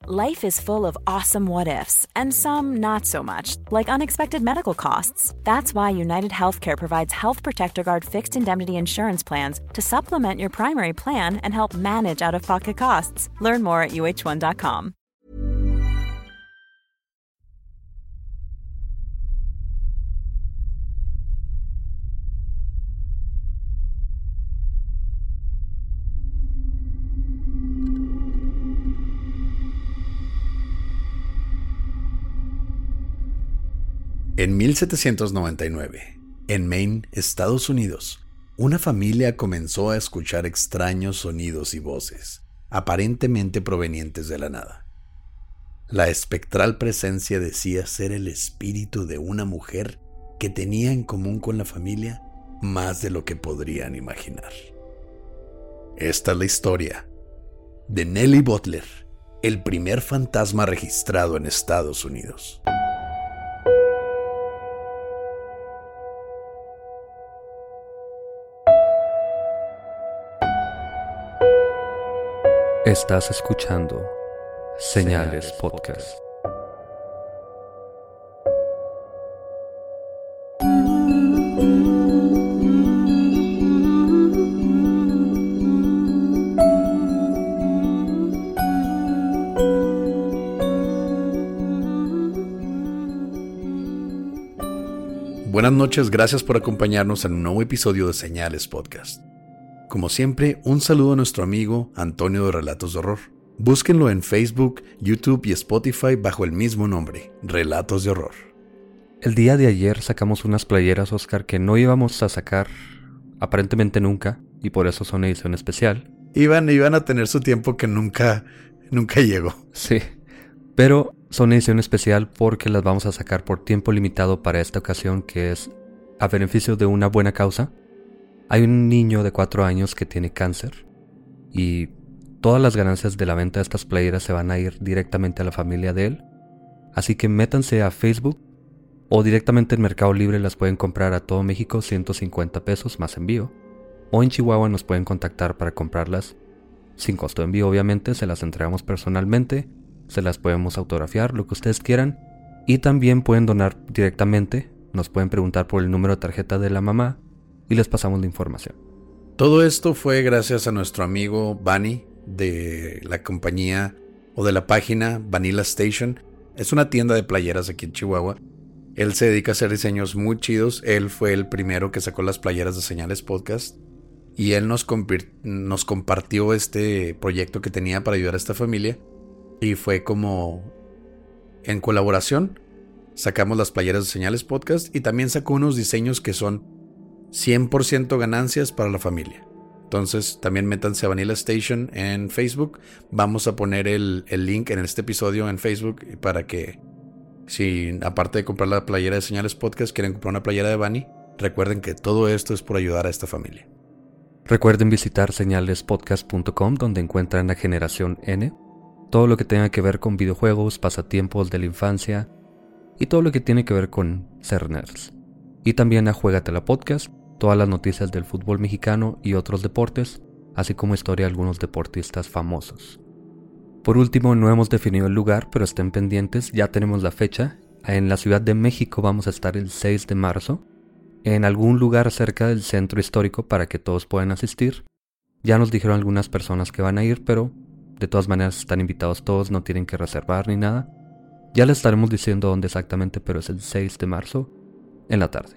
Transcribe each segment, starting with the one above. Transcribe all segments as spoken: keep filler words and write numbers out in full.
Life is full of awesome what-ifs, and some not so much, like unexpected medical costs. That's why United Healthcare provides Health Protector Guard fixed indemnity insurance plans to supplement your primary plan and help manage out-of-pocket costs. Learn more at U H one dot com. En mil setecientos noventa y nueve, en Maine, Estados Unidos, una familia comenzó a escuchar extraños sonidos y voces, aparentemente provenientes de la nada. La espectral presencia decía ser el espíritu de una mujer que tenía en común con la familia más de lo que podrían imaginar. Esta es la historia de Nellie Butler, el primer fantasma registrado en Estados Unidos. Estás escuchando Señales Podcast. Buenas noches, gracias por acompañarnos en un nuevo episodio de Señales Podcast. Como siempre, un saludo a nuestro amigo Antonio de Relatos de Horror. Búsquenlo en Facebook, YouTube y Spotify bajo el mismo nombre, Relatos de Horror. El día de ayer sacamos unas playeras, Oscar, que no íbamos a sacar aparentemente nunca, y por eso son edición especial. Iban, iban a tener su tiempo que nunca, nunca llegó. Sí, pero son edición especial porque las vamos a sacar por tiempo limitado para esta ocasión, que es a beneficio de una buena causa. Hay un niño de cuatro años que tiene cáncer y todas las ganancias de la venta de estas playeras se van a ir directamente a la familia de él. Así que métanse a Facebook o directamente en Mercado Libre las pueden comprar a todo México, ciento cincuenta pesos más envío. O en Chihuahua nos pueden contactar para comprarlas sin costo de envío, obviamente. Se las entregamos personalmente, se las podemos autografiar, lo que ustedes quieran. Y también pueden donar directamente, nos pueden preguntar por el número de tarjeta de la mamá y les pasamos la información. Todo esto fue gracias a nuestro amigo Bunny de la compañía o de la página Vanilla Station. Es una tienda de playeras aquí en Chihuahua. Él se dedica a hacer diseños muy chidos. Él fue el primero que sacó las playeras de Señales Podcast y él nos, compir- nos compartió este proyecto que tenía para ayudar a esta familia y fue como en colaboración sacamos las playeras de Señales Podcast y también sacó unos diseños que son cien por ciento ganancias para la familia. Entonces también métanse a Vanilla Station en Facebook. Vamos a poner el, el link en este episodio en Facebook para que si aparte de comprar la playera de Señales Podcast quieren comprar una playera de Bunny, recuerden que todo esto es por ayudar a esta familia. Recuerden visitar señales podcast punto com donde encuentran a Generación N, todo lo que tenga que ver con videojuegos, pasatiempos de la infancia y todo lo que tiene que ver con ser nerds. Y también a Juégatela Podcast, todas las noticias del fútbol mexicano y otros deportes, así como historia de algunos deportistas famosos. Por último, no hemos definido el lugar, pero estén pendientes, ya tenemos la fecha. En la Ciudad de México vamos a estar el seis de marzo, en algún lugar cerca del centro histórico para que todos puedan asistir. Ya nos dijeron algunas personas que van a ir, pero de todas maneras están invitados todos, no tienen que reservar ni nada. Ya les estaremos diciendo dónde exactamente, pero es el seis de marzo en la tarde.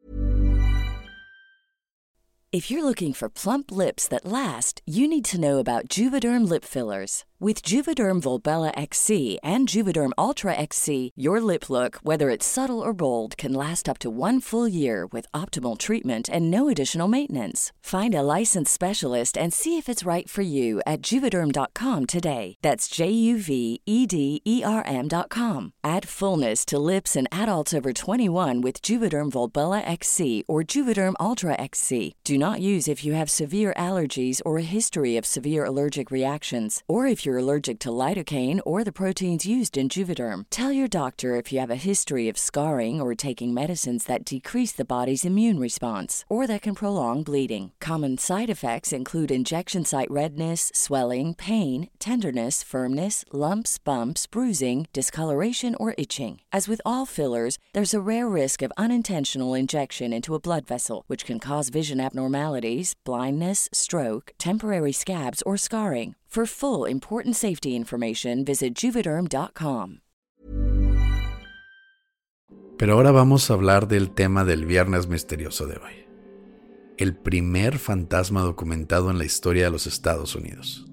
If you're looking for plump lips that last, you need to know about Juvederm lip fillers. With Juvederm Volbella X C and Juvederm Ultra X C, your lip look, whether it's subtle or bold, can last up to one full year with optimal treatment and no additional maintenance. Find a licensed specialist and see if it's right for you at Juvederm dot com today. That's J U V E D E R M dot com. Add fullness to lips in adults over twenty-one with Juvederm Volbella X C or Juvederm Ultra X C. Do not use if you have severe allergies or a history of severe allergic reactions, or if you're you're allergic to lidocaine or the proteins used in Juvederm. Tell your doctor if you have a history of scarring or taking medicines that decrease the body's immune response or that can prolong bleeding. Common side effects include injection site redness, swelling, pain, tenderness, firmness, lumps, bumps, bruising, discoloration, or itching. As with all fillers, there's a rare risk of unintentional injection into a blood vessel, which can cause vision abnormalities, blindness, stroke, temporary scabs, or scarring. For full, important safety information, visit Juvederm dot com. Pero ahora vamos a hablar del tema del Viernes Misterioso de hoy. El primer fantasma documentado en la historia de los Estados Unidos.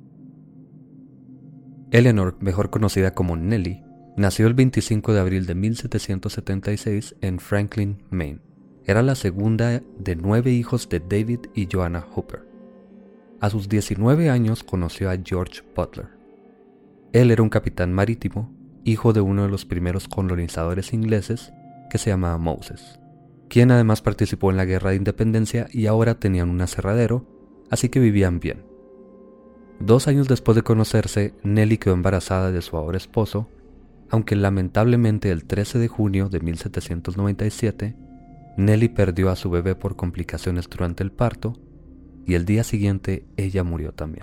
Eleanor, mejor conocida como Nellie, nació el veinticinco de abril de mil setecientos setenta y seis en Franklin, Maine. Era la segunda de nueve hijos de David y Joanna Hooper. A sus diecinueve años conoció a George Butler. Él era un capitán marítimo, hijo de uno de los primeros colonizadores ingleses que se llamaba Moses, quien además participó en la Guerra de Independencia y ahora tenían un aserradero, así que vivían bien. Dos años después de conocerse, Nellie quedó embarazada de su ahora esposo, aunque lamentablemente el trece de junio de mil setecientos noventa y siete, Nellie perdió a su bebé por complicaciones durante el parto y el día siguiente ella murió también.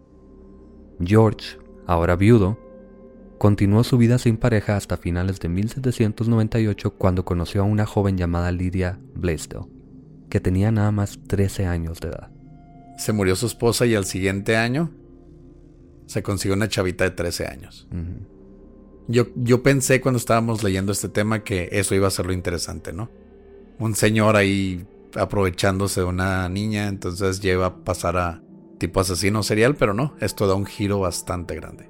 George, ahora viudo, continuó su vida sin pareja hasta finales de mil setecientos noventa y ocho cuando conoció a una joven llamada Lydia Blaisdell, que tenía nada más trece años de edad. Se murió su esposa y al siguiente año se consiguió una chavita de trece años. Uh-huh. Yo, yo pensé cuando estábamos leyendo este tema que eso iba a ser lo interesante, ¿no? Un señor ahí aprovechándose de una niña, entonces lleva a pasar a tipo asesino serial, pero no, esto da un giro bastante grande.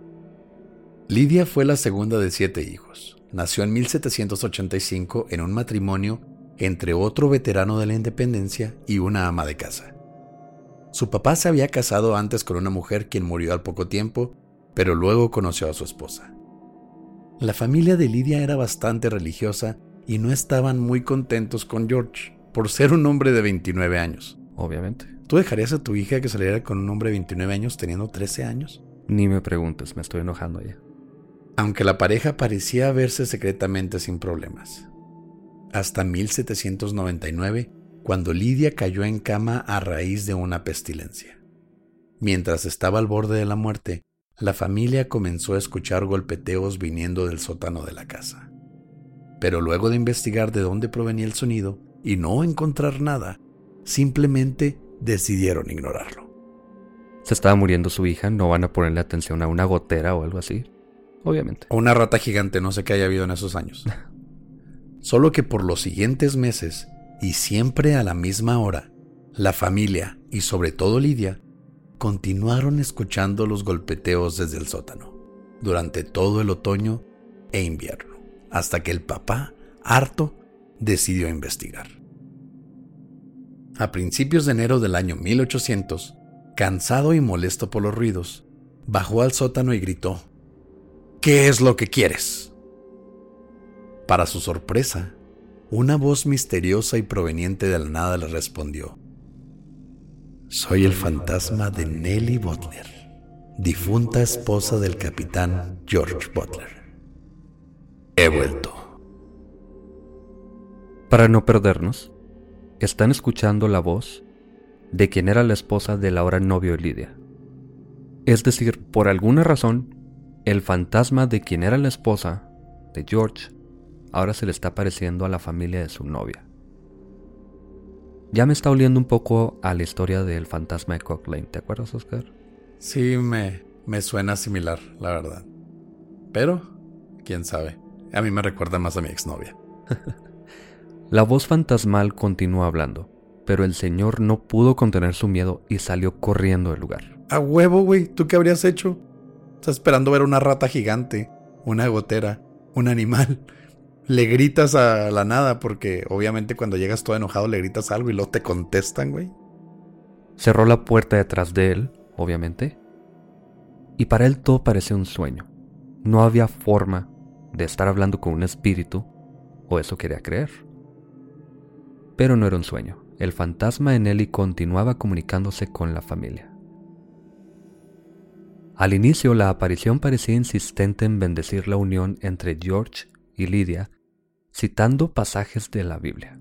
Lydia fue la segunda de siete hijos. Nació en mil setecientos ochenta y cinco en un matrimonio entre otro veterano de la independencia y una ama de casa. Su papá se había casado antes con una mujer quien murió al poco tiempo, pero luego conoció a su esposa. La familia de Lydia era bastante religiosa y no estaban muy contentos con George por ser un hombre de veintinueve años. Obviamente. ¿Tú dejarías a tu hija que saliera con un hombre de veintinueve años teniendo trece años? Ni me preguntes, me estoy enojando ya. Aunque la pareja parecía verse secretamente sin problemas. Hasta mil setecientos noventa y nueve, cuando Lydia cayó en cama a raíz de una pestilencia. Mientras estaba al borde de la muerte, la familia comenzó a escuchar golpeteos viniendo del sótano de la casa. Pero luego de investigar de dónde provenía el sonido y no encontrar nada, simplemente decidieron ignorarlo. Se estaba muriendo su hija, no van a ponerle atención a una gotera o algo así, obviamente. O una rata gigante, no sé qué haya habido en esos años. Solo que por los siguientes meses, y siempre a la misma hora, la familia, y sobre todo Lydia, continuaron escuchando los golpeteos desde el sótano, durante todo el otoño e invierno, hasta que el papá, harto, decidió investigar. A principios de enero del año mil ochocientos, cansado y molesto por los ruidos, bajó al sótano y gritó: ¿Qué es lo que quieres? Para su sorpresa, una voz misteriosa y proveniente de la nada le respondió: Soy el fantasma de Nellie Butler, difunta esposa del capitán George Butler. He vuelto. Para no perdernos, están escuchando la voz de quien era la esposa del ahora novio de Lydia. Es decir, por alguna razón, el fantasma de quien era la esposa de George ahora se le está pareciendo a la familia de su novia. Ya me está oliendo un poco a la historia del fantasma de Cock Lane, ¿te acuerdas, Oscar? Sí, me, me suena similar, la verdad. Pero, quién sabe, a mí me recuerda más a mi exnovia. La voz fantasmal continuó hablando, pero el señor no pudo contener su miedo y salió corriendo del lugar. ¡A huevo, güey! ¿Tú qué habrías hecho? Estás esperando ver una rata gigante, una gotera, un animal. Le gritas a la nada porque obviamente cuando llegas todo enojado le gritas algo y luego te contestan, güey. Cerró la puerta detrás de él, obviamente, y para él todo parecía un sueño. No había forma de estar hablando con un espíritu, o eso quería creer. Pero no era un sueño. El fantasma de Nellie continuaba comunicándose con la familia. Al inicio, la aparición parecía insistente en bendecir la unión entre George y Lydia, citando pasajes de la Biblia.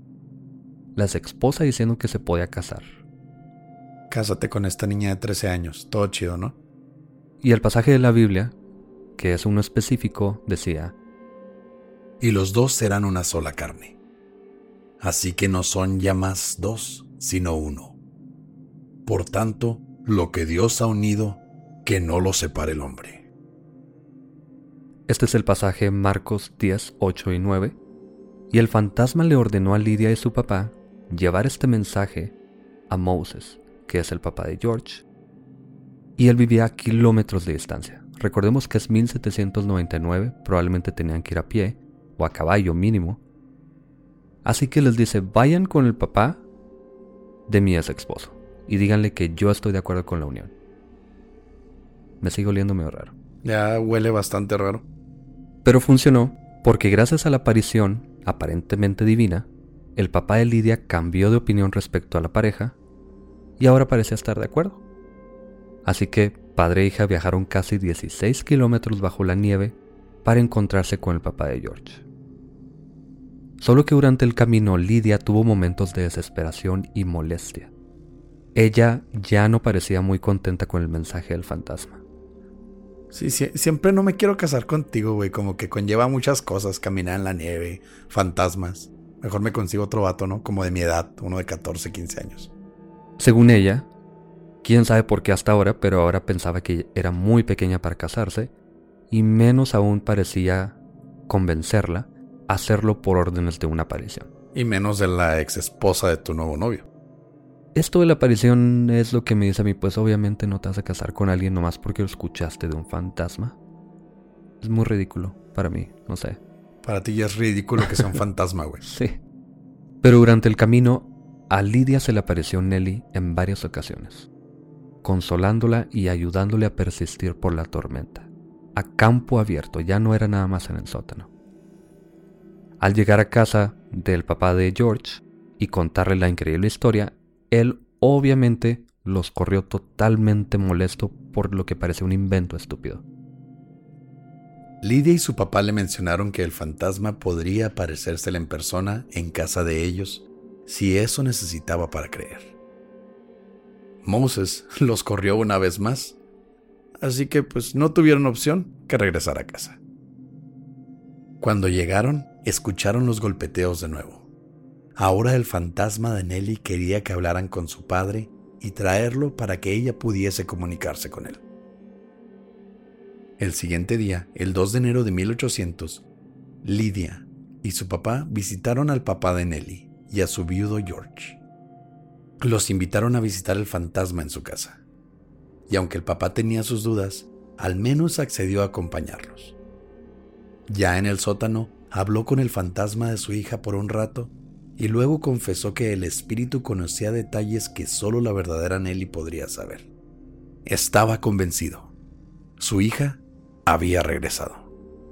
La ex esposa diciendo que se podía casar. Cásate con esta niña de trece años, todo chido, ¿no? Y el pasaje de la Biblia, que es uno específico, decía: y los dos serán una sola carne. Así que no son ya más dos, sino uno. Por tanto, lo que Dios ha unido, que no lo separe el hombre. Este es el pasaje Marcos diez, ocho y nueve. Y el fantasma le ordenó a Lydia y su papá llevar este mensaje a Moses, que es el papá de George. Y él vivía a kilómetros de distancia. Recordemos que es mil setecientos noventa y nueve, probablemente tenían que ir a pie, o a caballo mínimo. Así que les dice: vayan con el papá de mi ex esposo y díganle que yo estoy de acuerdo con la unión. Me sigue oliendo medio raro. Ya huele bastante raro. Pero funcionó, porque gracias a la aparición aparentemente divina, el papá de Lydia cambió de opinión respecto a la pareja y ahora parece estar de acuerdo. Así que padre e hija viajaron casi dieciséis kilómetros bajo la nieve para encontrarse con el papá de George. Solo que durante el camino Lydia tuvo momentos de desesperación y molestia. Ella ya no parecía muy contenta con el mensaje del fantasma. Sí, sí, siempre no me quiero casar contigo, güey. Como que conlleva muchas cosas, caminar en la nieve, fantasmas. Mejor me consigo otro vato, ¿no? Como de mi edad, uno de catorce, quince años. Según ella, quién sabe por qué hasta ahora, pero ahora pensaba que era muy pequeña para casarse y menos aún parecía convencerla a hacerlo por órdenes de una aparición. Y menos de la ex esposa de tu nuevo novio. Esto de la aparición es lo que me dice a mí, pues obviamente no te vas a casar con alguien nomás porque lo escuchaste de un fantasma. Es muy ridículo para mí, no sé. Para ti ya es ridículo que sea un fantasma, güey. Sí. Pero durante el camino, a Lydia se le apareció Nelly en varias ocasiones, consolándola y ayudándole a persistir por la tormenta. A campo abierto, ya no era nada más en el sótano. Al llegar a casa del papá de George y contarle la increíble historia, él obviamente los corrió totalmente molesto por lo que parece un invento estúpido. Lydia y su papá le mencionaron que el fantasma podría aparecérsele en persona en casa de ellos si eso necesitaba para creer. Moses los corrió una vez más, así que pues no tuvieron opción que regresar a casa. Cuando llegaron, escucharon los golpeteos de nuevo. Ahora el fantasma de Nelly quería que hablaran con su padre y traerlo para que ella pudiese comunicarse con él. El siguiente día, el dos de enero de mil ochocientos, Lydia y su papá visitaron al papá de Nelly y a su viudo George. Los invitaron a visitar el fantasma en su casa. Y aunque el papá tenía sus dudas, al menos accedió a acompañarlos. Ya en el sótano, habló con el fantasma de su hija por un rato y luego confesó que el espíritu conocía detalles que solo la verdadera Nelly podría saber. Estaba convencido. Su hija había regresado.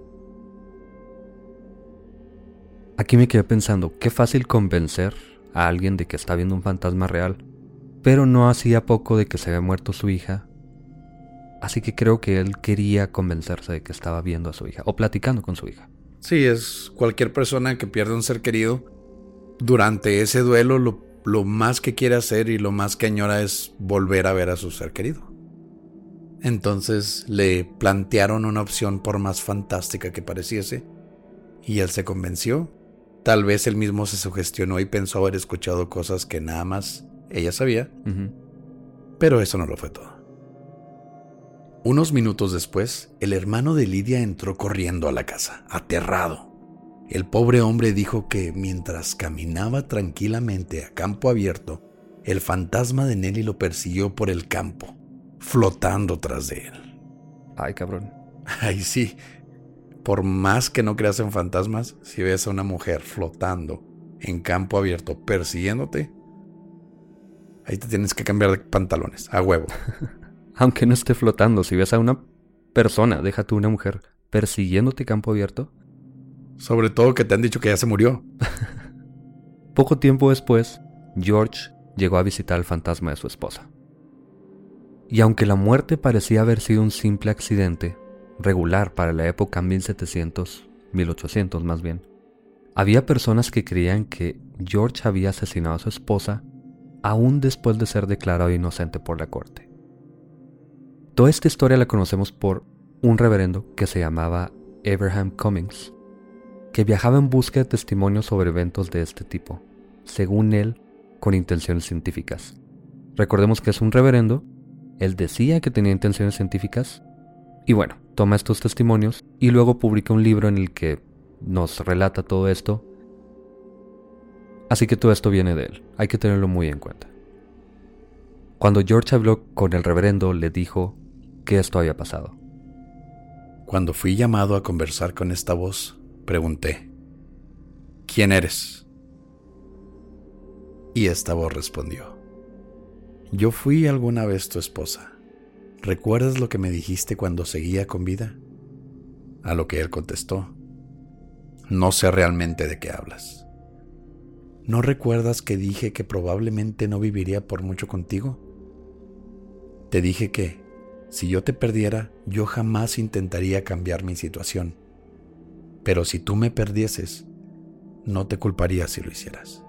Aquí me quedé pensando, qué fácil convencer a alguien de que está viendo un fantasma real, pero no hacía poco de que se había muerto su hija. Así que creo que él quería convencerse de que estaba viendo a su hija o platicando con su hija. Sí, es cualquier persona que pierde un ser querido. Durante ese duelo lo, lo más que quiere hacer y lo más que añora es volver a ver a su ser querido. Entonces le plantearon una opción por más fantástica que pareciese y él se convenció. Tal vez él mismo se sugestionó y pensó haber escuchado cosas que nada más ella sabía. Uh-huh. Pero eso no lo fue todo. Unos minutos después, el hermano de Lydia entró corriendo a la casa, aterrado. El pobre hombre dijo que mientras caminaba tranquilamente a campo abierto, el fantasma de Nelly lo persiguió por el campo, flotando tras de él. Ay, cabrón. Ay, sí. Por más que no creas en fantasmas, si ves a una mujer flotando en campo abierto persiguiéndote, ahí te tienes que cambiar de pantalones, a huevo. Aunque no esté flotando, si ves a una persona, deja tú una mujer, persiguiéndote campo abierto. Sobre todo que te han dicho que ya se murió. Poco tiempo después, George llegó a visitar al fantasma de su esposa. Y aunque la muerte parecía haber sido un simple accidente, regular para la época mil setecientos, mil ochocientos más bien, había personas que creían que George había asesinado a su esposa aún después de ser declarado inocente por la corte. Toda esta historia la conocemos por un reverendo que se llamaba Abraham Cummings, que viajaba en busca de testimonios sobre eventos de este tipo, según él, con intenciones científicas. Recordemos que es un reverendo, él decía que tenía intenciones científicas, y bueno, toma estos testimonios y luego publica un libro en el que nos relata todo esto. Así que todo esto viene de él, hay que tenerlo muy en cuenta. Cuando George habló con el reverendo, le dijo que esto había pasado. Cuando fui llamado a conversar con esta voz, pregunté, ¿quién eres? Y esta voz respondió, yo fui alguna vez tu esposa. ¿Recuerdas lo que me dijiste cuando seguía con vida? A lo que él contestó, no sé realmente de qué hablas. ¿No recuerdas que dije que probablemente no viviría por mucho contigo? Te dije que, si yo te perdiera, yo jamás intentaría cambiar mi situación. Pero si tú me perdieses, no te culparía si lo hicieras.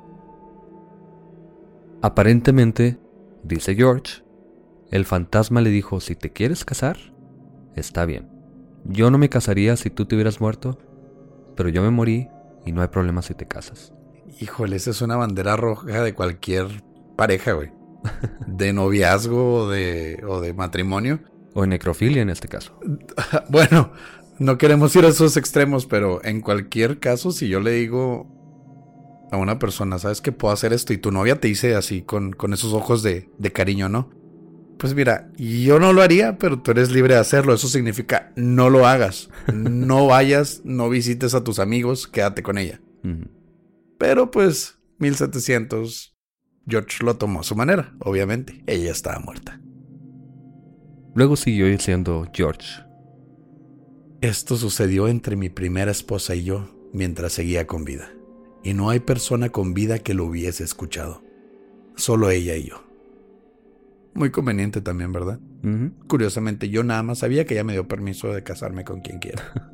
Aparentemente, dice George, el fantasma le dijo, si te quieres casar, está bien. Yo no me casaría si tú te hubieras muerto, pero yo me morí y no hay problema si te casas. Híjole, esa es una bandera roja de cualquier pareja, güey. De noviazgo o de, o de matrimonio. O de necrofilia en este caso. Bueno, no queremos ir a esos extremos, pero en cualquier caso, si yo le digo a una persona, ¿sabes que puedo hacer esto? Y tu novia te dice así, con, con esos ojos de, de cariño, ¿no? Pues mira, yo no lo haría, pero tú eres libre de hacerlo. Eso significa no lo hagas. No vayas, no visites a tus amigos, quédate con ella. Uh-huh. Pero pues, mil setecientos, George lo tomó a su manera, obviamente. Ella estaba muerta. Luego siguió diciendo George, esto sucedió entre mi primera esposa y yo mientras seguía con vida. Y no hay persona con vida que lo hubiese escuchado. Solo ella y yo. Muy conveniente también, ¿verdad? Uh-huh. Curiosamente, yo nada más sabía que ella me dio permiso de casarme con quien quiera.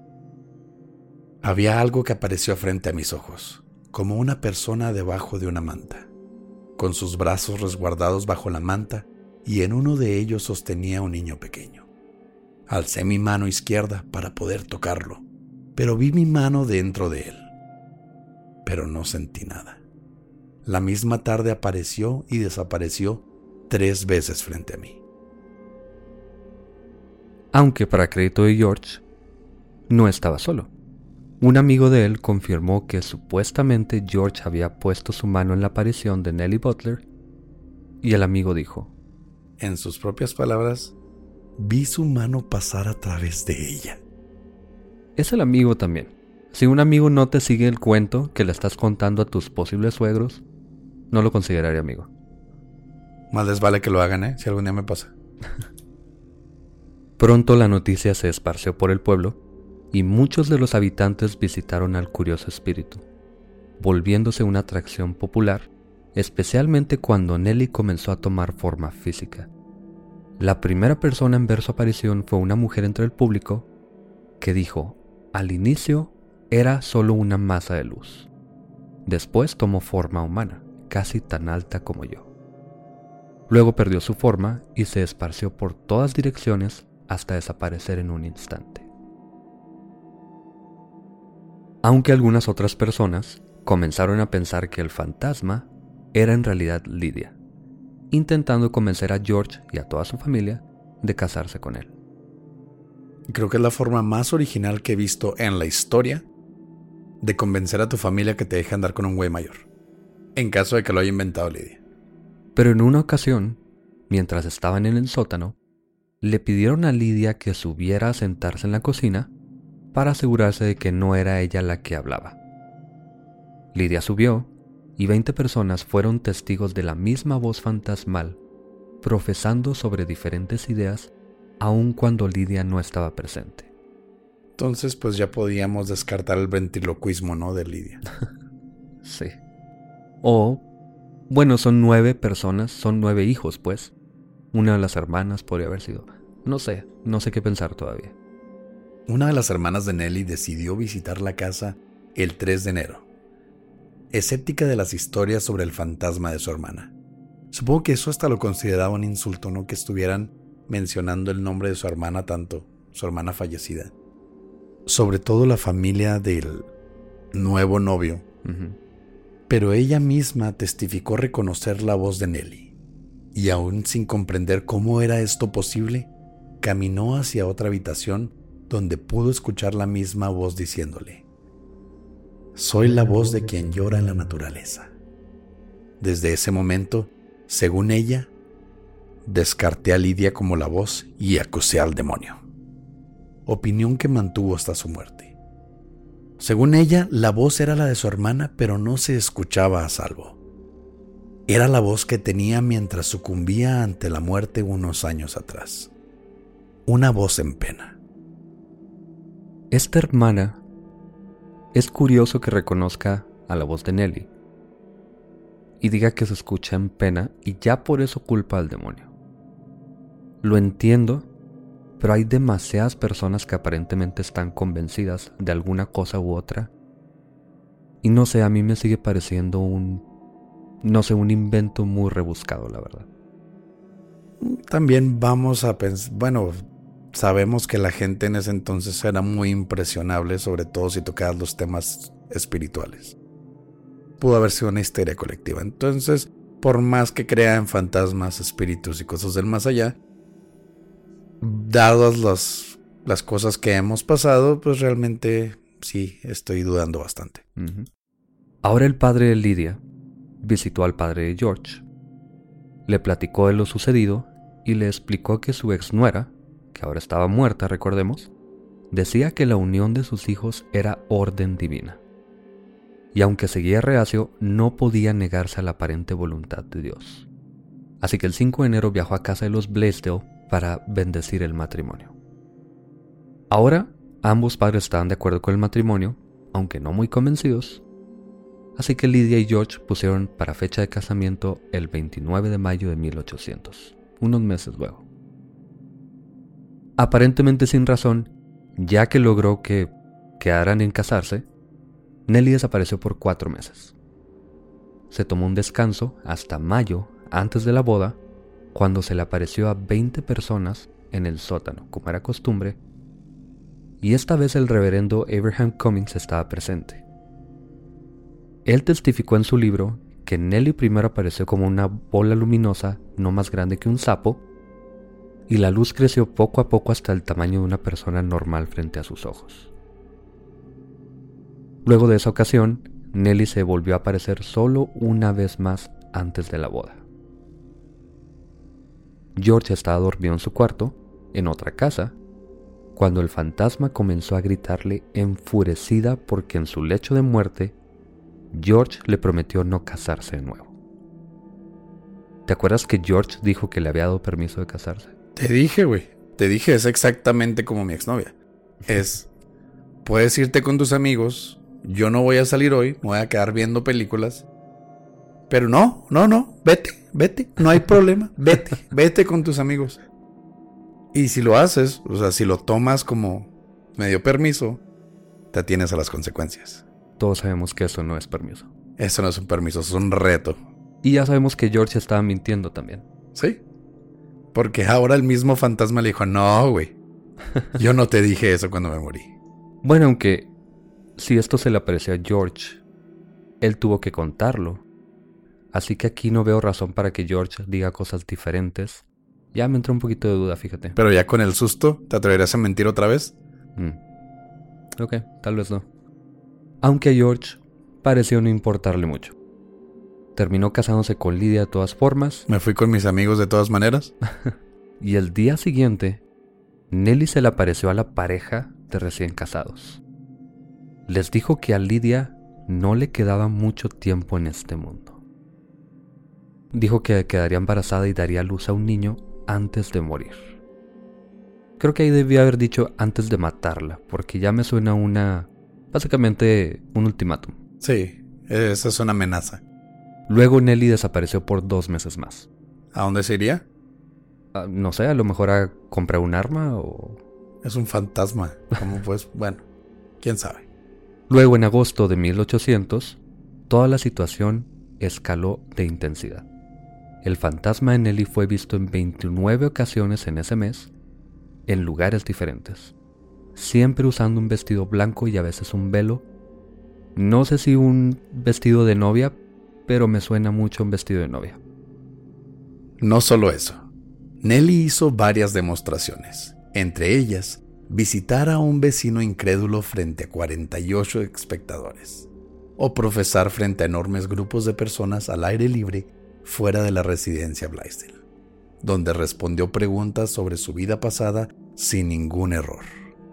Había algo que apareció frente a mis ojos, como una persona debajo de una manta, con sus brazos resguardados bajo la manta, y en uno de ellos sostenía a un niño pequeño. Alcé mi mano izquierda para poder tocarlo, pero vi mi mano dentro de él. Pero no sentí nada. La misma tarde apareció y desapareció tres veces frente a mí. Aunque para crédito de George, no estaba solo. Un amigo de él confirmó que supuestamente George había puesto su mano en la aparición de Nellie Butler, y el amigo dijo, en sus propias palabras, vi su mano pasar a través de ella. Es el amigo también. Si un amigo no te sigue el cuento que le estás contando a tus posibles suegros, no lo consideraría amigo. Más les vale que lo hagan, ¿eh? Si algún día me pasa. Pronto la noticia se esparció por el pueblo y muchos de los habitantes visitaron al curioso espíritu, volviéndose una atracción popular, especialmente cuando Nellie comenzó a tomar forma física. La primera persona en ver su aparición fue una mujer entre el público que dijo, al inicio era solo una masa de luz. Después tomó forma humana, casi tan alta como yo. Luego perdió su forma y se esparció por todas direcciones hasta desaparecer en un instante. Aunque algunas otras personas comenzaron a pensar que el fantasma era en realidad Lydia, intentando convencer a George y a toda su familia de casarse con él. Creo que es la forma más original que he visto en la historia de convencer a tu familia que te deje andar con un güey mayor, en caso de que lo haya inventado Lydia. Pero en una ocasión, mientras estaban en el sótano, le pidieron a Lydia que subiera a sentarse en la cocina para asegurarse de que no era ella la que hablaba. Lydia subió y veinte personas fueron testigos de la misma voz fantasmal, profesando sobre diferentes ideas, aun cuando Lydia no estaba presente. Entonces, pues ya podíamos descartar el ventriloquismo, ¿no? De Lydia. Sí. O, bueno, son nueve personas, son nueve hijos, pues. Una de las hermanas podría haber sido. No sé, no sé qué pensar todavía. Una de las hermanas de Nelly decidió visitar la casa el tres de enero, escéptica de las historias sobre el fantasma de su hermana. Supongo que eso hasta lo consideraba un insulto, ¿no? Que estuvieran mencionando el nombre de su hermana tanto, su hermana fallecida. Sobre todo la familia del nuevo novio. Uh-huh. Pero ella misma testificó reconocer la voz de Nelly. Y aún sin comprender cómo era esto posible, caminó hacia otra habitación donde pudo escuchar la misma voz diciéndole: soy la voz de quien llora en la naturaleza. Desde ese momento, según ella, descarté a Lidia como la voz y acusé al demonio. Opinión que mantuvo hasta su muerte. Según ella, la voz era la de su hermana, pero no se escuchaba a salvo. Era la voz que tenía mientras sucumbía ante la muerte unos años atrás. Una voz en pena. Esta hermana, es curioso que reconozca a la voz de Nelly y diga que se escucha en pena y ya por eso culpa al demonio. Lo entiendo, pero hay demasiadas personas que aparentemente están convencidas de alguna cosa u otra y no sé, a mí me sigue pareciendo un, no sé, un invento muy rebuscado, la verdad. También vamos a pensar, bueno, sabemos que la gente en ese entonces era muy impresionable, sobre todo si tocabas los temas espirituales. Pudo haber sido una histeria colectiva. Entonces, por más que crea en fantasmas, espíritus y cosas del más allá, dadas las, las cosas que hemos pasado, pues realmente sí, estoy dudando bastante. Uh-huh. Ahora el padre de Lidia visitó al padre de George, le platicó de lo sucedido y le explicó que su exnuera, que ahora estaba muerta, recordemos, decía que la unión de sus hijos era orden divina. Y aunque seguía reacio, no podía negarse a la aparente voluntad de Dios. Así que el cinco de enero viajó a casa de los Blaisdell para bendecir el matrimonio. Ahora, ambos padres estaban de acuerdo con el matrimonio, aunque no muy convencidos. Así que Lidia y George pusieron para fecha de casamiento el veintinueve de mayo de mil ochocientos, unos meses luego. Aparentemente sin razón, ya que logró que quedaran en casarse, Nelly desapareció por cuatro meses. Se tomó un descanso hasta mayo, antes de la boda, cuando se le apareció a veinte personas en el sótano, como era costumbre, y esta vez el reverendo Abraham Cummings estaba presente. Él testificó en su libro que Nelly primero apareció como una bola luminosa no más grande que un sapo, y la luz creció poco a poco hasta el tamaño de una persona normal frente a sus ojos. Luego de esa ocasión, Nelly se volvió a aparecer solo una vez más antes de la boda. George estaba dormido en su cuarto, en otra casa, cuando el fantasma comenzó a gritarle enfurecida porque en su lecho de muerte, George le prometió no casarse de nuevo. ¿Te acuerdas que George dijo que le había dado permiso de casarse? Te dije, güey. Te dije, es exactamente como mi exnovia. Es, puedes irte con tus amigos, yo no voy a salir hoy, me voy a quedar viendo películas. Pero no, no, no, vete, vete, no hay problema, vete, vete con tus amigos. Y si lo haces, o sea, si lo tomas como medio permiso, te atienes a las consecuencias. Todos sabemos que eso no es permiso. Eso no es un permiso, es un reto. Y ya sabemos que George estaba mintiendo también. Sí. Porque ahora el mismo fantasma le dijo, no, güey, yo no te dije eso cuando me morí. Bueno, aunque si esto se le apareció a George, él tuvo que contarlo. Así que aquí no veo razón para que George diga cosas diferentes. Ya me entró un poquito de duda, fíjate. Pero ya con el susto, ¿te atreverías a mentir otra vez? Mm. Ok, tal vez no. Aunque a George pareció no importarle mucho. Terminó casándose con Lidia de todas formas. Me fui con mis amigos de todas maneras. Y el día siguiente, Nelly se le apareció a la pareja de recién casados. Les dijo que a Lidia no le quedaba mucho tiempo en este mundo. Dijo que quedaría embarazada y daría luz a un niño antes de morir. Creo que ahí debía haber dicho antes de matarla, porque ya me suena una... básicamente un ultimátum. Sí, esa es una amenaza. Luego Nelly desapareció por dos meses más. ¿A dónde se iría? Uh, no sé, a lo mejor a comprar un arma o... Es un fantasma. ¿Cómo pues? Bueno, quién sabe. Luego, en agosto de mil ochocientos, toda la situación escaló de intensidad. El fantasma de Nelly fue visto en veintinueve ocasiones en ese mes, en lugares diferentes. Siempre usando un vestido blanco y a veces un velo. No sé si un vestido de novia, pero me suena mucho un vestido de novia. No solo eso. Nelly hizo varias demostraciones. Entre ellas, visitar a un vecino incrédulo frente a cuarenta y ocho espectadores. O profesar frente a enormes grupos de personas al aire libre fuera de la residencia Blaisdell, donde respondió preguntas sobre su vida pasada sin ningún error.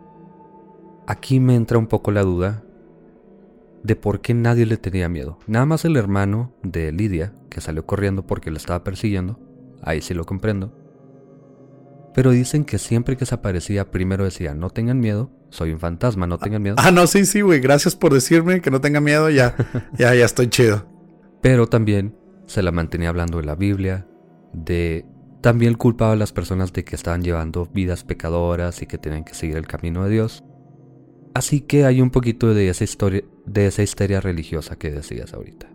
Aquí me entra un poco la duda de por qué nadie le tenía miedo. Nada más el hermano de Lydia, que salió corriendo porque le estaba persiguiendo. Ahí sí lo comprendo. Pero dicen que siempre que se aparecía, primero decía, no tengan miedo, soy un fantasma, no tengan miedo. Ah, no, sí, sí, güey, gracias por decirme que no tenga miedo, ya, ya, ya estoy chido. Pero también se la mantenía hablando de la Biblia, de... También culpaba a las personas de que estaban llevando vidas pecadoras y que tenían que seguir el camino de Dios. Así que hay un poquito de esa historia, de esa histeria religiosa que decías ahorita.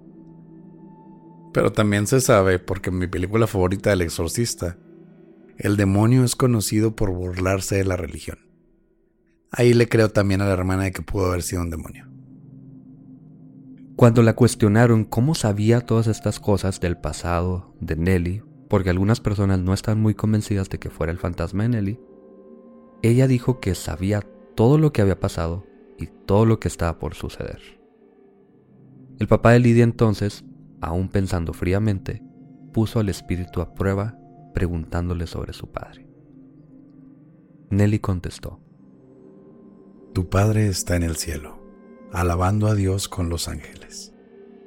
Pero también se sabe, porque en mi película favorita, El Exorcista, el demonio es conocido por burlarse de la religión. Ahí le creo también a la hermana de que pudo haber sido un demonio. Cuando la cuestionaron cómo sabía todas estas cosas del pasado de Nelly, porque algunas personas no están muy convencidas de que fuera el fantasma de Nelly, ella dijo que sabía todo lo que había pasado y todo lo que estaba por suceder. El papá de Lydia entonces, aún pensando fríamente, puso al espíritu a prueba preguntándole sobre su padre. Nelly contestó: Tu padre está en el cielo, alabando a Dios con los ángeles.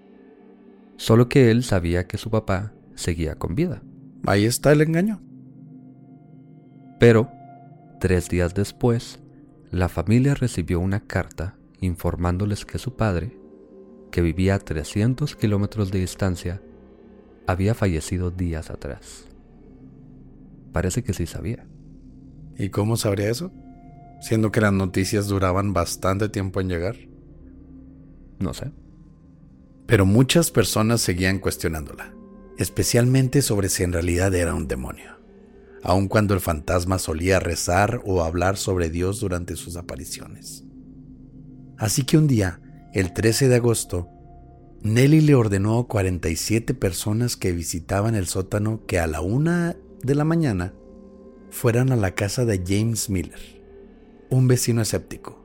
Solo que él sabía que su papá seguía con vida. Ahí está el engaño. Pero, tres días después, la familia recibió una carta informándoles que su padre, que vivía a trescientos kilómetros de distancia, había fallecido días atrás. Parece que sí sabía. ¿Y cómo sabría eso? Siendo que las noticias duraban bastante tiempo en llegar. No sé. Pero muchas personas seguían cuestionándola, especialmente sobre si en realidad era un demonio, aun cuando el fantasma solía rezar o hablar sobre Dios durante sus apariciones. Así que un día, el trece de agosto, Nelly le ordenó a cuarenta y siete personas que visitaban el sótano que a la una de la mañana fueran a la casa de James Miller, un vecino escéptico.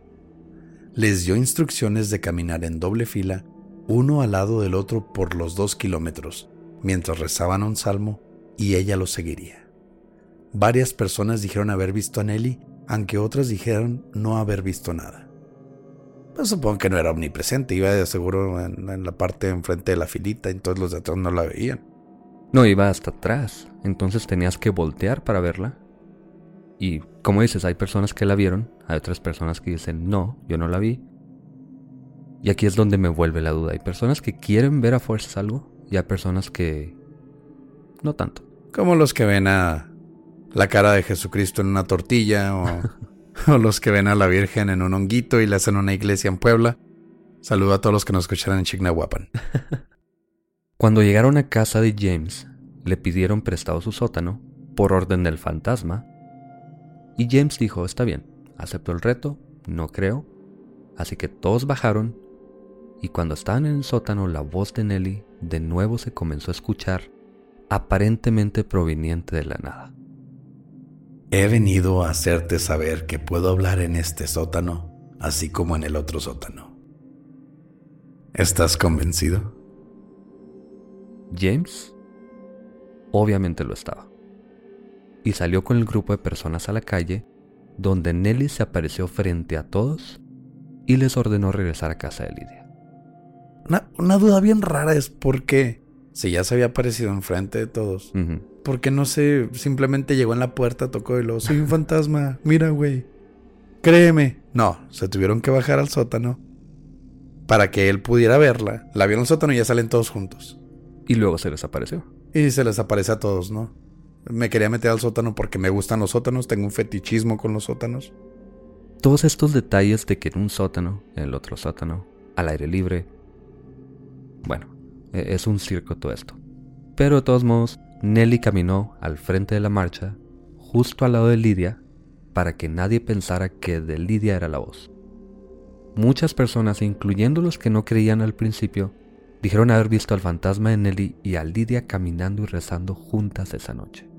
Les dio instrucciones de caminar en doble fila, uno al lado del otro por los dos kilómetros, mientras rezaban un salmo, y ella los seguiría. Varias personas dijeron haber visto a Nelly, aunque otras dijeron no haber visto nada. Pues supongo que no era omnipresente, iba de seguro en, en la parte de enfrente de la filita, entonces los de atrás no la veían. No, iba hasta atrás, entonces tenías que voltear para verla. Y como dices, hay personas que la vieron, hay otras personas que dicen, no, yo no la vi. Y aquí es donde me vuelve la duda. Hay personas que quieren ver a fuerzas algo y hay personas que no tanto. Como los que ven a la cara de Jesucristo en una tortilla o, o los que ven a la Virgen en un honguito y le hacen una iglesia en Puebla. Saludo a todos los que nos escucharon en Chignahuapan. Cuando llegaron a casa de James, le pidieron prestado su sótano por orden del fantasma. Y James dijo, está bien, acepto el reto, no creo. Así que todos bajaron y cuando estaban en el sótano la voz de Nelly de nuevo se comenzó a escuchar, aparentemente proveniente de la nada. He venido a hacerte saber que puedo hablar en este sótano, así como en el otro sótano. ¿Estás convencido? James obviamente lo estaba. Y salió con el grupo de personas a la calle, donde Nelly se apareció frente a todos y les ordenó regresar a casa de Lydia. Una, una duda bien rara es por qué, si ya se había aparecido enfrente de todos, Uh-huh. ¿por qué no se simplemente llegó en la puerta, tocó y lo, soy un fantasma, mira güey, créeme? No, se tuvieron que bajar al sótano para que él pudiera verla. La vio en el sótano y ya salen todos juntos. Y luego se les apareció. Y se les aparece a todos, ¿no? Me quería meter al sótano porque me gustan los sótanos, tengo un fetichismo con los sótanos. Todos estos detalles de que en un sótano, en el otro sótano, al aire libre... Bueno, es un circo todo esto. Pero de todos modos, Nelly caminó al frente de la marcha, justo al lado de Lydia, para que nadie pensara que de Lydia era la voz. Muchas personas, incluyendo los que no creían al principio, dijeron haber visto al fantasma de Nelly y a Lydia caminando y rezando juntas esa noche.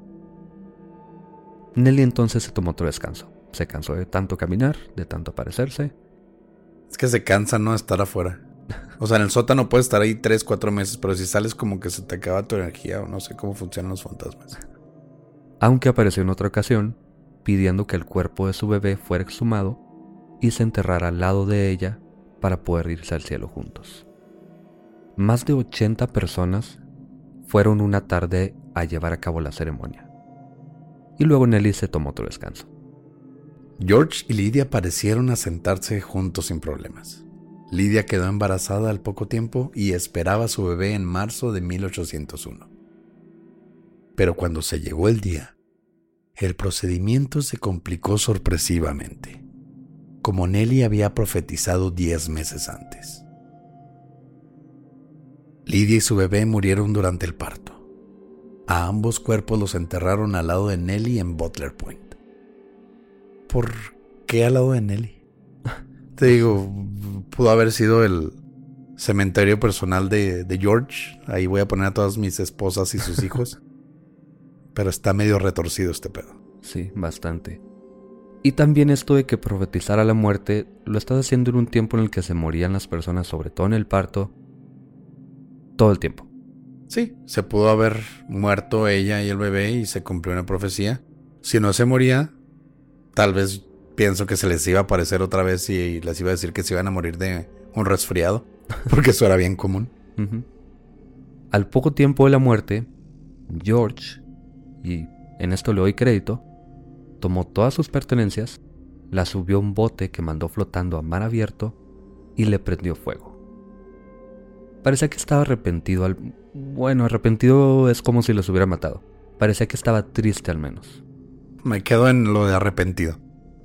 Nelly entonces se tomó otro descanso. Se cansó de tanto caminar, de tanto aparecerse. Es que se cansa, ¿no? Estar afuera. O sea, en el sótano puedes estar ahí tres, cuatro meses, pero si sales como que se te acaba tu energía o no sé cómo funcionan los fantasmas. Aunque apareció en otra ocasión, pidiendo que el cuerpo de su bebé fuera exhumado y se enterrara al lado de ella para poder irse al cielo juntos. Más de ochenta personas fueron una tarde a llevar a cabo la ceremonia. Y luego Nelly se tomó otro descanso. George y Lydia parecieron asentarse juntos sin problemas. Lydia quedó embarazada al poco tiempo y esperaba a su bebé en marzo de mil ochocientos uno. Pero cuando se llegó el día, el procedimiento se complicó sorpresivamente, como Nelly había profetizado diez meses antes. Lydia y su bebé murieron durante el parto. A ambos cuerpos los enterraron al lado de Nelly en Butler Point. ¿Por qué al lado de Nelly? Te digo, pudo haber sido el cementerio personal de, de George. Ahí voy a poner a todas mis esposas y sus hijos. Pero está medio retorcido este pedo. Sí, bastante. Y también esto de que profetizara la muerte lo estás haciendo en un tiempo en el que se morían las personas, sobre todo en el parto, todo el tiempo. Sí, se pudo haber muerto ella y el bebé y se cumplió una profecía. Si no se moría, tal vez pienso que se les iba a aparecer otra vez y les iba a decir que se iban a morir de un resfriado, porque eso era bien común. Uh-huh. Al poco tiempo de la muerte, George, y en esto le doy crédito, tomó todas sus pertenencias, las subió a un bote que mandó flotando a mar abierto y le prendió fuego. Parecía que estaba arrepentido al... Bueno, arrepentido es como si los hubiera matado. Parecía que estaba triste al menos. Me quedo en lo de arrepentido.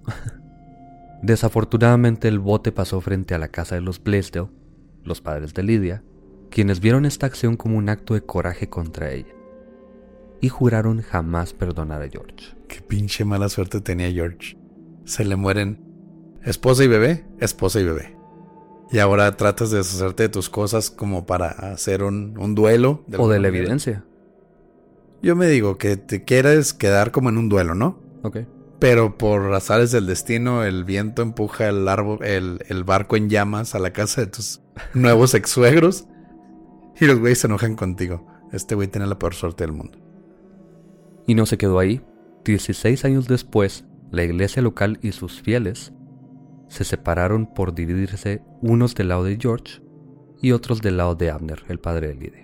Desafortunadamente el bote pasó frente a la casa de los Blaisdell, los padres de Lydia, quienes vieron esta acción como un acto de coraje contra ella, y juraron jamás perdonar a George. Qué pinche mala suerte tenía George. Se le mueren esposa y bebé, esposa y bebé. Y ahora tratas de deshacerte de tus cosas como para hacer un, un duelo. De o de la manera. Evidencia. Yo me digo que te quieres quedar como en un duelo, ¿no? Ok. Pero por azares del destino, el viento empuja el, árbol, el, el barco en llamas a la casa de tus nuevos ex-suegros. Y los güeyes se enojan contigo. Este güey tiene la peor suerte del mundo. Y no se quedó ahí. dieciséis años después, la iglesia local y sus fieles se separaron por dividirse, unos del lado de George y otros del lado de Abner, el padre de Lydia.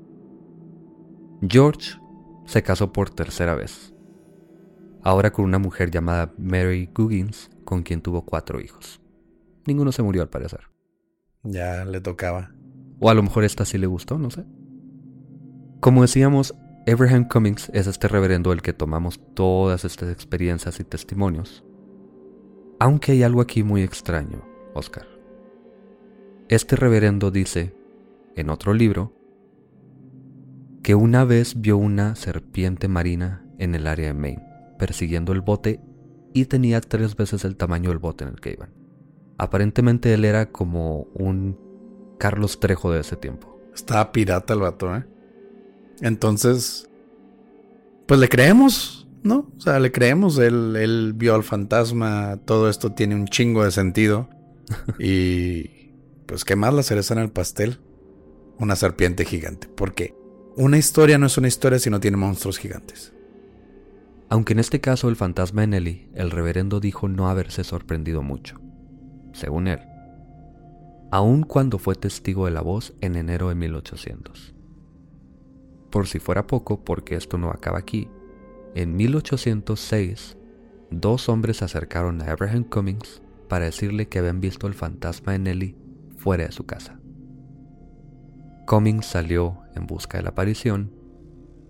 George se casó por tercera vez, ahora con una mujer llamada Mary Guggins, con quien tuvo cuatro hijos. Ninguno se murió al parecer. Ya le tocaba. O a lo mejor esta sí le gustó, no sé. Como decíamos, Abraham Cummings es este reverendo del que tomamos todas estas experiencias y testimonios. Aunque hay algo aquí muy extraño, Oscar. Este reverendo dice, en otro libro, que una vez vio una serpiente marina en el área de Maine, persiguiendo el bote, y tenía tres veces el tamaño del bote en el que iban. Aparentemente él era como un Carlos Trejo de ese tiempo. Estaba pirata el vato, ¿eh? Entonces, pues le creemos, ¿no? O sea, le creemos, él, él vio al fantasma, todo esto tiene un chingo de sentido. Y pues qué más, la cereza en el pastel, una serpiente gigante, porque una historia no es una historia si no tiene monstruos gigantes. Aunque en este caso el fantasma de Nelly, el reverendo dijo no haberse sorprendido mucho, según él, aun cuando fue testigo de la voz en enero de mil ochocientos. Por si fuera poco, porque esto no acaba aquí, en mil ochocientos seis, dos hombres se acercaron a Abraham Cummings para decirle que habían visto el fantasma de Nelly fuera de su casa. Cummings salió en busca de la aparición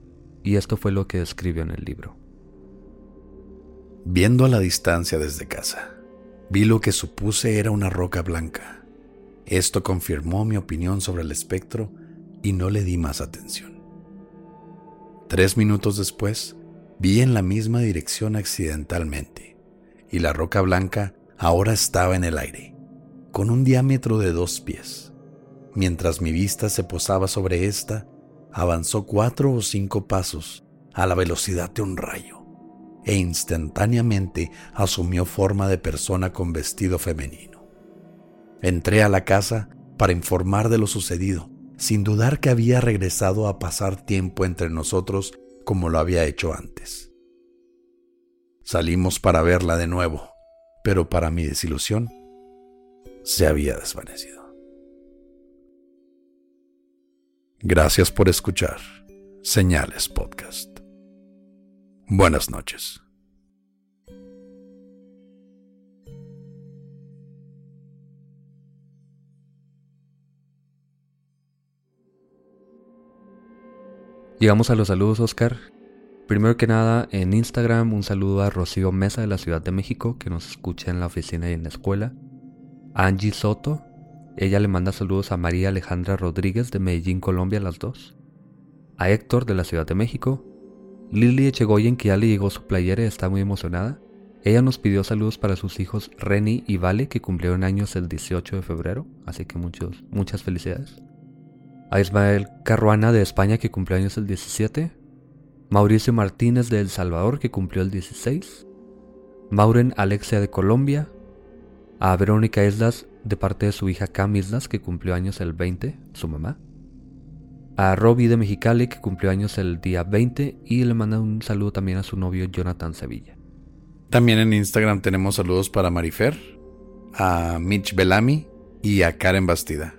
y esto fue lo que escribió en el libro. Viendo a la distancia desde casa, vi lo que supuse era una roca blanca. Esto confirmó mi opinión sobre el espectro y no le di más atención. Tres minutos después, vi en la misma dirección accidentalmente, y la roca blanca ahora estaba en el aire, con un diámetro de dos pies. Mientras mi vista se posaba sobre esta, avanzó cuatro o cinco pasos a la velocidad de un rayo, e instantáneamente asumió forma de persona con vestido femenino. Entré a la casa para informar de lo sucedido, sin dudar que había regresado a pasar tiempo entre nosotros como lo había hecho antes. Salimos para verla de nuevo, pero para mi desilusión, se había desvanecido. Gracias por escuchar Señales Podcast. Buenas noches. Llegamos a los saludos, Oscar. Primero que nada, en Instagram, un saludo a Rocío Mesa de la Ciudad de México, que nos escucha en la oficina y en la escuela. A Angie Soto, ella le manda saludos a María Alejandra Rodríguez de Medellín, Colombia, las dos. A Héctor de la Ciudad de México. Lili Echegoyen, que ya le llegó su playera y está muy emocionada. Ella nos pidió saludos para sus hijos Reni y Vale, que cumplieron años el dieciocho de febrero, así que muchos, muchas felicidades. A Ismael Carruana de España, que cumplió años el diecisiete. Mauricio Martínez de El Salvador, que cumplió el dieciséis. Mauren Alexia de Colombia. A Verónica Islas de parte de su hija Cam Islas, que cumplió años el veinte, su mamá. A Robbie de Mexicali, que cumplió años el día veinte, y le manda un saludo también a su novio Jonathan Sevilla. También en Instagram tenemos saludos para Marifer, a Mitch Bellamy y a Karen Bastida.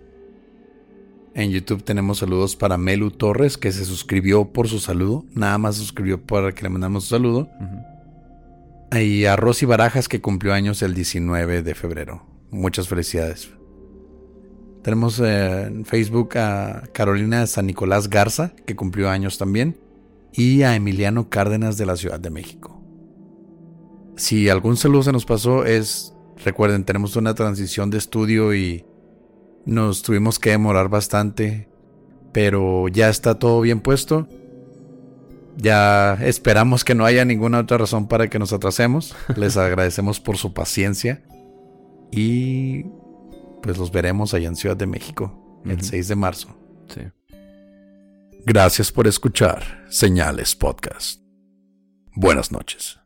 En YouTube tenemos saludos para Melu Torres, que se suscribió por su saludo. Nada más se suscribió para que le mandamos un saludo. Uh-huh. Y a Rosy Barajas, que cumplió años el diecinueve de febrero. Muchas felicidades. Tenemos eh, en Facebook a Carolina San Nicolás Garza, que cumplió años también. Y a Emiliano Cárdenas de la Ciudad de México. Si algún saludo se nos pasó es... Recuerden, tenemos una transición de estudio y... Nos tuvimos que demorar bastante, pero ya está todo bien puesto. Ya esperamos que no haya ninguna otra razón para que nos atrasemos. Les agradecemos por su paciencia. Y pues los veremos allá en Ciudad de México, uh-huh. el seis de marzo. Sí. Gracias por escuchar Señales Podcast. Buenas noches.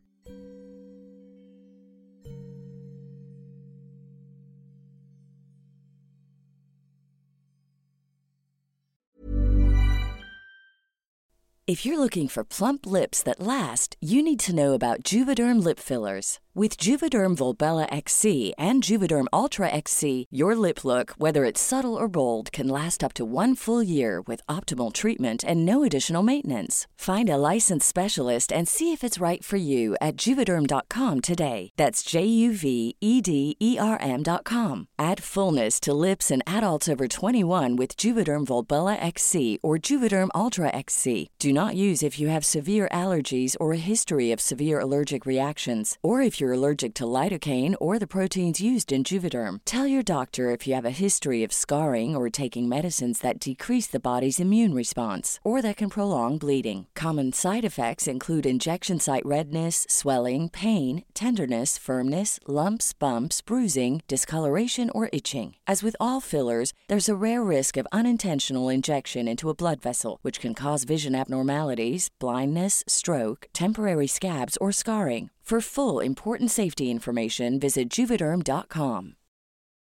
If you're looking for plump lips that last, you need to know about Juvederm lip fillers. With Juvederm Volbella X C and Juvederm Ultra X C, your lip look, whether it's subtle or bold, can last up to one full year with optimal treatment and no additional maintenance. Find a licensed specialist and see if it's right for you at Juvederm dot com today. That's J U V E D E R M dot com. Add fullness to lips in adults over twenty-one with Juvederm Volbella X C or Juvederm Ultra X C. Do not use if you have severe allergies or a history of severe allergic reactions, or if you're allergic to lidocaine or the proteins used in Juvederm. Tell your doctor if you have a history of scarring or taking medicines that decrease the body's immune response or that can prolong bleeding. Common side effects include injection site redness, swelling, pain, tenderness, firmness, lumps, bumps, bruising, discoloration, or itching. As with all fillers, there's a rare risk of unintentional injection into a blood vessel, which can cause vision abnormalities, blindness, stroke, temporary scabs, or scarring. For full important safety information, visit Juvederm dot com.